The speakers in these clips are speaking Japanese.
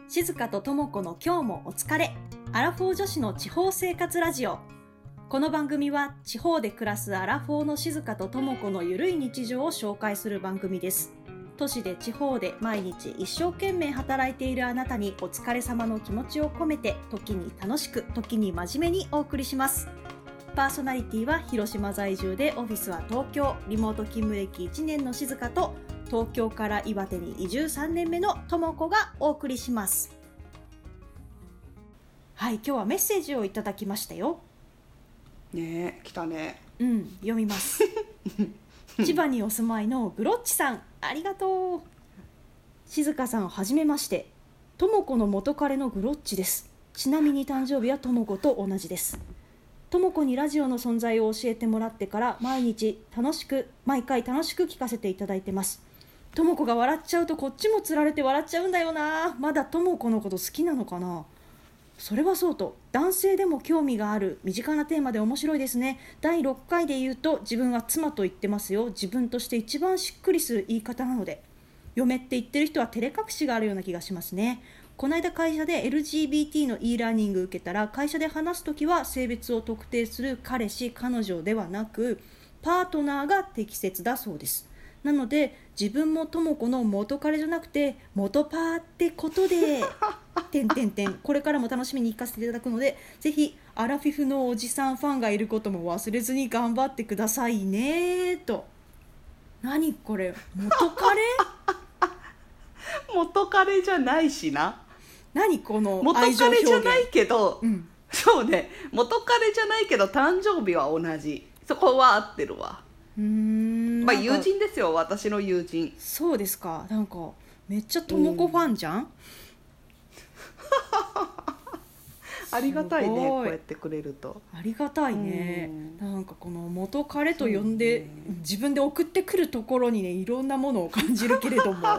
静香と智子の今日もお疲れ。アラフォー女子の地方生活ラジオ。この番組は地方で暮らすアラフォーの静香と智子のゆるい日常を紹介する番組です。都市で地方で毎日一生懸命働いているあなたにお疲れ様の気持ちを込めて、時に楽しく時に真面目にお送りします。パーソナリティは広島在住でオフィスは東京、リモート勤務歴1年の静香と、東京から岩手に移住3年目の智子がお送りします。はい、今日はメッセージをいただきましたよ。 ねえ、来たね。 読みます千葉にお住まいのグロッチさん、ありがとう。静香さん、はじめまして。智子の元彼のグロッチです。ちなみに誕生日は智子と同じです。智子にラジオの存在を教えてもらってから毎回楽しく聞かせていただいてます。智子が笑っちゃうとこっちもつられて笑っちゃうんだよな。まだ智子のこと好きなのかな。それはそうと、男性でも興味がある身近なテーマで面白いですね。第6回で言うと、自分は妻と言ってますよ。自分として一番しっくりする言い方なので。嫁って言ってる人は照れ隠しがあるような気がしますね。この間会社で LGBT の e ラーニング受けたら、会社で話すときは性別を特定する彼氏彼女ではなくパートナーが適切だそうです。なので自分も智子の元彼じゃなくて元パーってことでこれからも楽しみに聞かせていただくので、ぜひアラフィフのおじさんファンがいることも忘れずに頑張ってくださいねと。何これ、元彼元彼じゃないしな。 何この元愛情表現。 彼じゃないけど、そうね、元彼じゃないけど誕生日は同じ。そこは合ってるわ。まあ友人ですよ、私の友人。 そうですか。なんかめっちゃ智子ファンじゃん。 ありがたいね、こうやってくれると。 ありがたいね。なんかこの元彼と呼んで、自分で送ってくるところにね、いろんなものを感じるけれども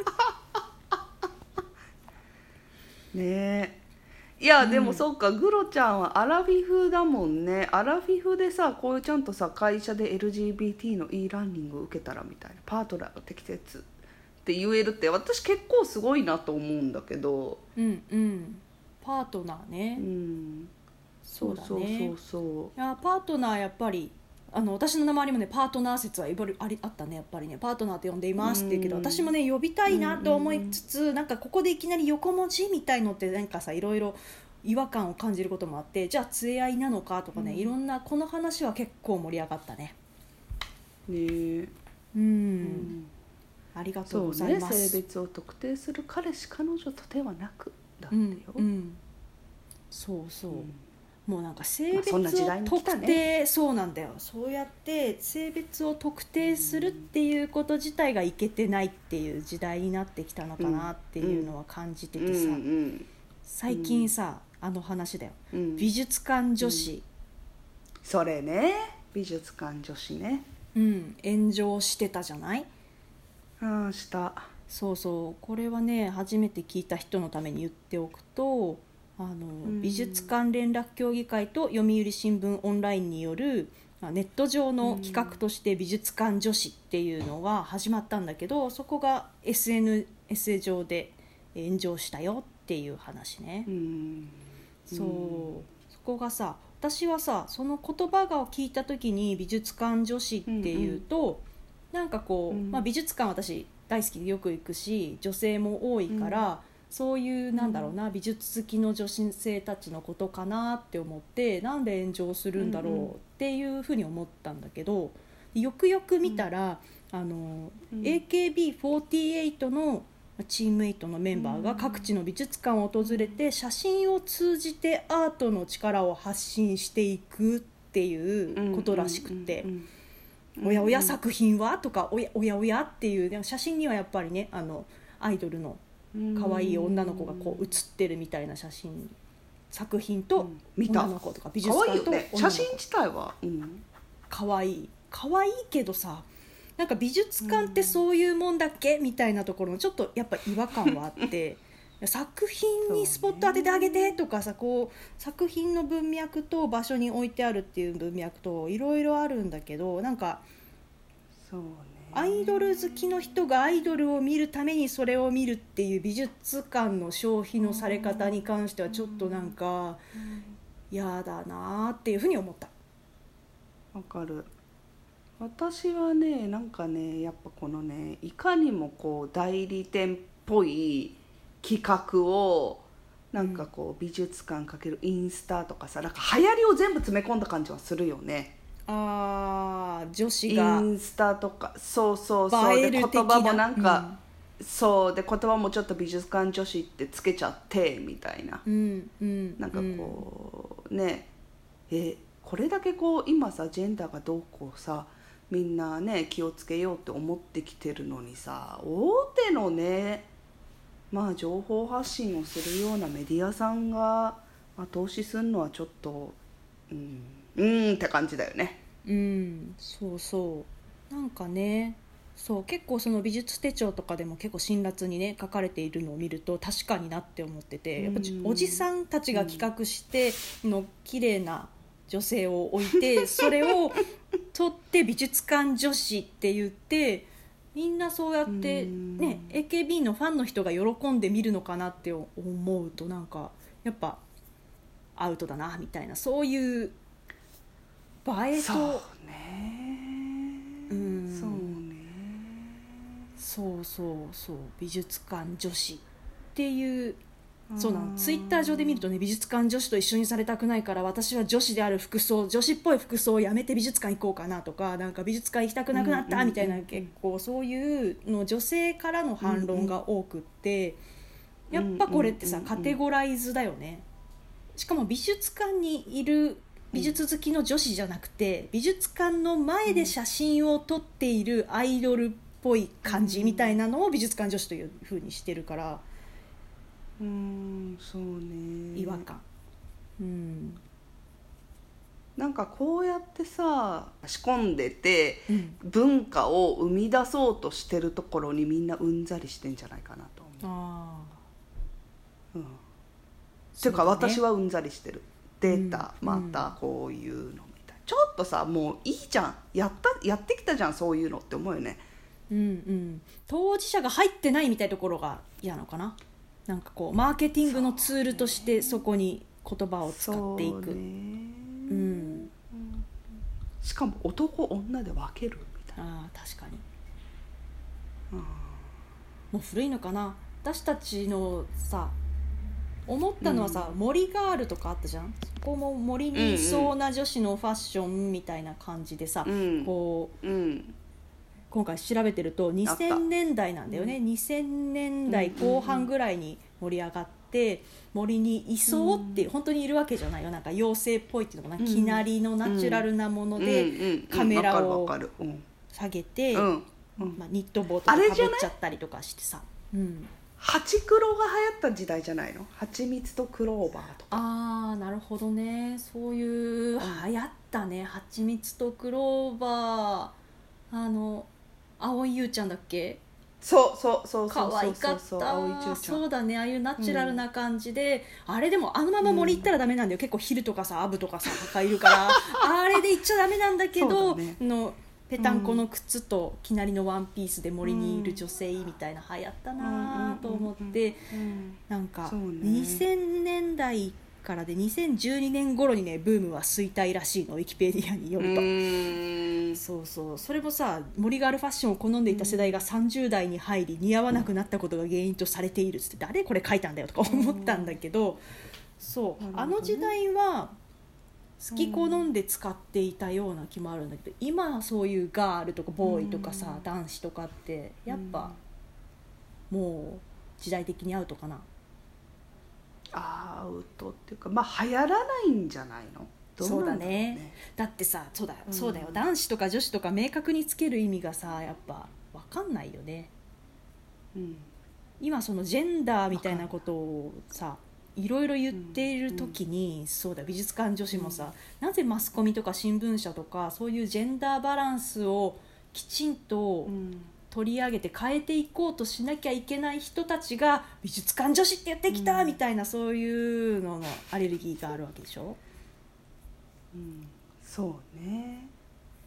ねえ、いや、でもそうか、グロちゃんはアラフィフだもんね。アラフィフでさ、こういうちゃんとさ、会社で LGBT の e ラーニング受けたらみたいな、パートナーが適切って言えるって、私結構すごいなと思うんだけど。 パートナーね。そうだね。 そういや、パートナーやっぱり私の名前にもね、パートナー説はあったね。やっぱりね、パートナーって呼んでいますって言うけど、私もね呼びたいなと思いつつ、なんかここでいきなり横文字みたいのってなんかさ、いろいろ違和感を感じることもあって、じゃあ連れ合いなのかとかね、いろんなこの話は結構盛り上がったね。ありがとうございます。 そうね、性別を特定する彼氏彼女とではなくだってよ。 そうそう、もうなんか性別を特定、そうなんだよ。そうやって性別を特定するっていうこと自体がいけてないっていう時代になってきたのかなっていうのは感じててさ、最近さ、あの話だよ、美術館女子、 それね、美術館女子ね、 炎上してたじゃない。 した。 そうそう、これはね、初めて聞いた人のために言っておくと、美術館連絡協議会と読売新聞オンラインによるネット上の企画として美術館女子っていうのが始まったんだけど、そこが SNS 上で炎上したよっていう話ね。そこがさ、私はさ、その言葉が聞いた時に美術館女子っていうと、なんかこう、美術館私大好きでよく行くし、女性も多いから、そういうなんだろうな、美術好きの女性たちのことかなって思って、なんで炎上するんだろうっていうふうに思ったんだけど、よくよく見たら、AKB48 のチームメイトのメンバーが各地の美術館を訪れて、写真を通じてアートの力を発信していくっていうことらしくて、おやおや作品はとか、おやおやっていう、でも写真にはやっぱりね、アイドルの可愛い女の子がこう写ってるみたいな写真、作品と女の子とか美術館と女の子、 写真自体は可愛いけどさ、なんか美術館ってそういうもんだっけみたいなところもちょっとやっぱ違和感はあって作品にスポット当ててあげてとかさ、こう作品の文脈と場所に置いてあるっていう文脈といろいろあるんだけど、なんかそうアイドル好きの人がアイドルを見るためにそれを見るっていう美術館の消費のされ方に関してはちょっとなんか嫌だなっていうふうに思った。 わかる。私はねなんかねやっぱこのねいかにもこう代理店っぽい企画をなんかこう美術館かけるインスタとかさ、なんか流行りを全部詰め込んだ感じはするよね。 女子イがンスタとかそうそうそうで映える的な言葉もなんか、そうで言葉もちょっと美術館女子ってつけちゃってみたいな、なんかこうねこれだけこう今さジェンダーがどうこうさみんなね気をつけようって思ってきてるのにさ、大手のねまあ情報発信をするようなメディアさんが後押しするのはちょっとって感じだよね。 そうそうなんかね、そう結構その美術手帳とかでも結構辛辣にね書かれているのを見ると確かになって思ってて、やっぱおじさんたちが企画しての綺麗な女性を置いてそれを撮って美術館女子って言ってみんなそうやってね AKB のファンの人が喜んで見るのかなって思うとなんかやっぱアウトだなみたいな、そういう映えとそうねそうねそう美術館女子っていうそうなの。ツイッター上で見るとね美術館女子と一緒にされたくないから私は女子である服装女子っぽい服装をやめて美術館行こうかなとか、なんか美術館行きたくなくなったみたいな、結構そういうの女性からの反論が多くって、やっぱこれってさカテゴライズだよね。しかも美術館にいる美術好きの女子じゃなくて美術館の前で写真を撮っているアイドルっぽい感じみたいなのを美術館女子という風にしてるからそうね違和感。 なんかこうやってさ仕込んでて、文化を生み出そうとしてるところにみんなうんざりしてんじゃないかなと思う。っていうか私はうんざりしてる。出た、またこういうのみたい、ちょっとさもういいじゃん、やってきたじゃんそういうのって思うよね。 当事者が入ってないみたいなところが嫌なのかな。なんかこうマーケティングのツールとしてそこに言葉を使っていく、 しかも男女で分けるみたいな。 確かに、もう古いのかな。私たちのさ思ったのはさ、森ガールとかあったじゃん。そこも森にいそうな女子のファッションみたいな感じでさ、こう、今回調べてると2000年代なんだよね。2000年代後半ぐらいに盛り上がって、森にいそうって本当にいるわけじゃないよ。なんか妖精っぽいっていうのかな、きなりのナチュラルなものでカメラを下げて、ニット帽とかかぶっちゃったりとかしてさ、 ハチクロが流行った時代じゃないの？ハチミツとクローバーとか。 なるほどね。そういう流行ったね。ハチミツとクローバー、蒼井優ちゃんだっけ？ そう可愛かった。そうだね、ああいうナチュラルな感じで、あれでもあのまま森行ったらダメなんだよ。結構ヒルとかさアブとかさいるからあれで行っちゃダメなんだけどペタンコの靴ときなりのワンピースで森にいる女性みたいな流行ったなと思って、なんか2000年代からで2012年頃にねブームは衰退らしいの、ウィキペディアによると。それもさ森ガールファッションを好んでいた世代が30代に入り似合わなくなったことが原因とされているっつって、誰これ書いたんだよとか思ったんだけど、あの時代は好き好んで使っていたような気もあるんだけど、今はそういうガールとかボーイとかさ、男子とかってやっぱもう時代的にアウトかな。 アウトっていうか流行らないんじゃないの？ そうだね。だってさそうだよ、男子とか女子とか明確につける意味がさやっぱ分かんないよね。今そのジェンダーみたいなことをさいろいろ言っている時に、そうだ美術館女子もさ、なぜマスコミとか新聞社とかそういうジェンダーバランスをきちんと取り上げて変えていこうとしなきゃいけない人たちが美術館女子って言ってきたみたいな、そういうののアレルギーがあるわけでしょ。 そうね。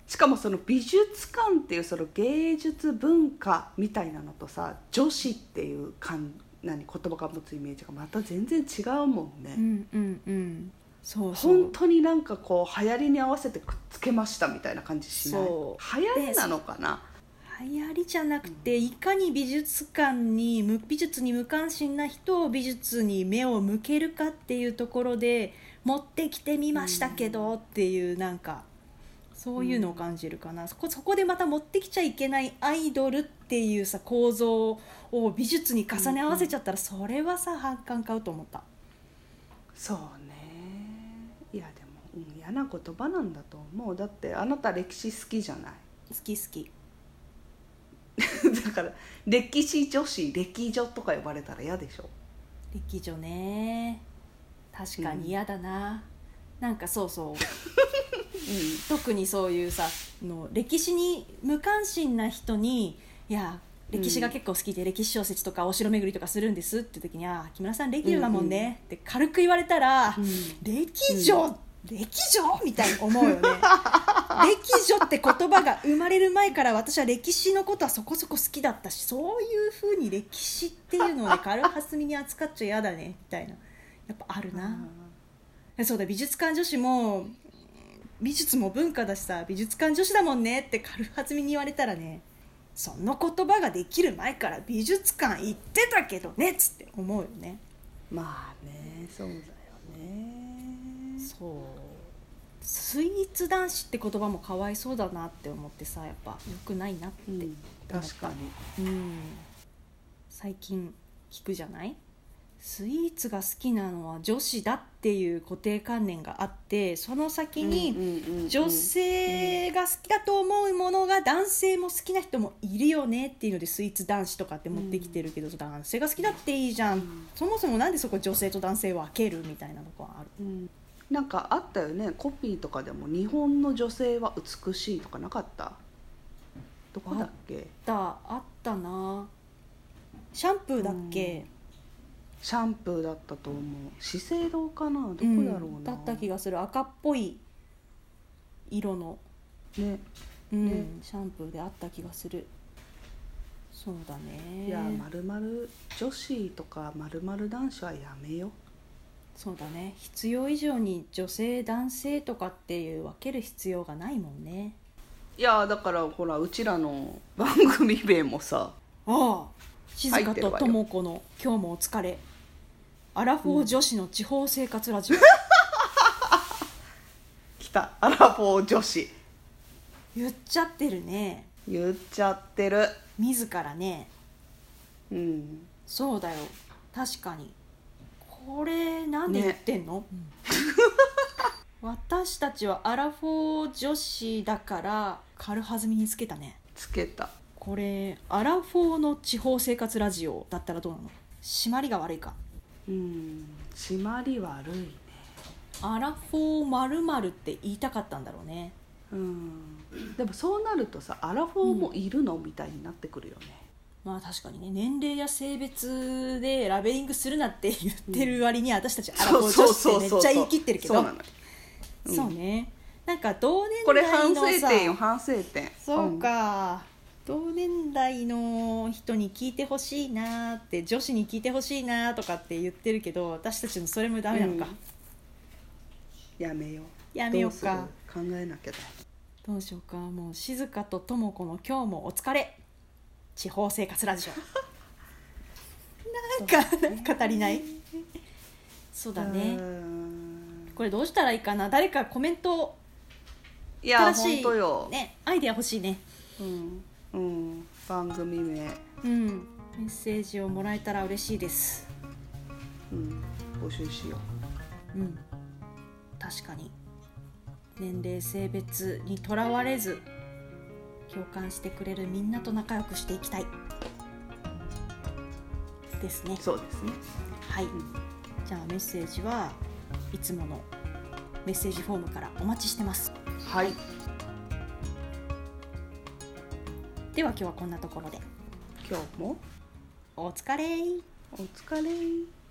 しかもその美術館っていうその芸術文化みたいなのとさ、女子っていう言葉が持つイメージがまた全然違うもんね、 うんうんうん、そうそう本当になんかこう流行りに合わせてくっつけましたみたいな感じしない？ そう流行りなのかな。 流行りじゃなくて、いかに美術に無関心な人を美術に目を向けるかっていうところで持ってきてみましたけどっていう、なんかそういうのを感じるかな、そこでまた持ってきちゃいけないアイドルっていうさ構造を美術に重ね合わせちゃったら、それはさ反感買うと思った。 そうね。いやでも、嫌な言葉なんだと思う。だってあなた歴史好きじゃない？ 好きだから歴史女子、歴女とか呼ばれたら嫌でしょ？ 歴女ね、確かに嫌だな、なんかそうそう、特にそういうさ歴史に無関心な人に、いや歴史が結構好きで歴史小説とかお城巡りとかするんですって時に、木村さん歴女だもんねって軽く言われたら、歴女みたいに思うよね。歴女って言葉が生まれる前から私は歴史のことはそこそこ好きだったし、そういう風に歴史っていうのをね軽はずみに扱っちゃ嫌だねみたいな、やっぱあるな。そうだ、美術館女子も美術も文化だしさ、美術館女子だもんねって軽はずみに言われたらね、その言葉ができる前から美術館行ってたけどねっつって思うよね。 まあね、そうだよね。 そう、スイーツ男子って言葉もかわいそうだなって思ってさ、やっぱ良くないなって思った、 確かに、 最近聞くじゃない、スイーツが好きなのは女子だっていう固定観念があって、その先に女性が好きだと思うものが男性も好きな人もいるよねっていうのでスイーツ男子とかって持ってきてるけど、男性が好きだっていいじゃん、そもそもなんでそこ女性と男性を分けるみたいなとこはある、 なんかあったよね、コピーとかでも日本の女性は美しいとかなかった？どこだっけ？ あったな。シャンプーだっけ、 シャンプーだったと思う。資生堂かな、どこだろうな、 だった気がする。赤っぽい色のね、 シャンプーであった気がする。そうだね。 いや、丸々女子とか丸々男子はやめよ。 そうだね、必要以上に女性男性とかっていう分ける必要がないもんね。 いやだからほら、うちらの番組名もさ、 静香と智子の今日もお疲れ、アラフォー女子の地方生活ラジオ、 来た、アラフォー女子言っちゃってるね。 言っちゃってる。 自らね。そうだよ、確かに。これなんで言ってんの、私たちはアラフォー女子だから軽はずみにつけたね。 つけた。 これアラフォーの地方生活ラジオだったらどうなの？締まりが悪いか。 締まり悪いね。 アラフォー〇〇って言いたかったんだろうね。 でもそうなるとさ、アラフォーもいるの、みたいになってくるよね。 まあ確かにね、年齢や性別でラベリングするなって言ってる割に私たちアラフォー女子ってめっちゃ言い切ってるけど、そうね、なんか同年代のさ、 これ反省点よ、反省点。 そうか、同年代の人に聞いてほしいなって、女子に聞いてほしいなとかって言ってるけど、私たちのそれもダメなのか、 やめよう。 やめようか。 考えなきゃだ。 どうしようか。もう静香と智子の今日もお疲れ地方生活ラジオなんか足りない。そうだね。これどうしたらいいかな。誰かコメント、 いや本当よ、 ね、アイデア欲しいね。 番組名、 メッセージをもらえたら嬉しいです。 募集しよう。確かに年齢性別にとらわれず共感してくれるみんなと仲良くしていきたいですね。 そうですね。 はい、じゃあメッセージはいつものメッセージフォームからお待ちしてます。 はい。 では今日はこんなところで。 今日もお疲れ。 お疲れ。